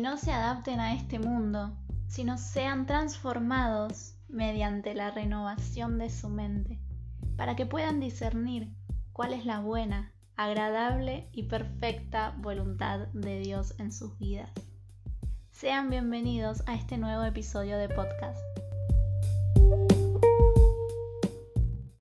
no se adapten a este mundo, sino sean transformados mediante la renovación de su mente, para que puedan discernir cuál es la buena, agradable y perfecta voluntad de Dios en sus vidas. Sean bienvenidos a este nuevo episodio de podcast.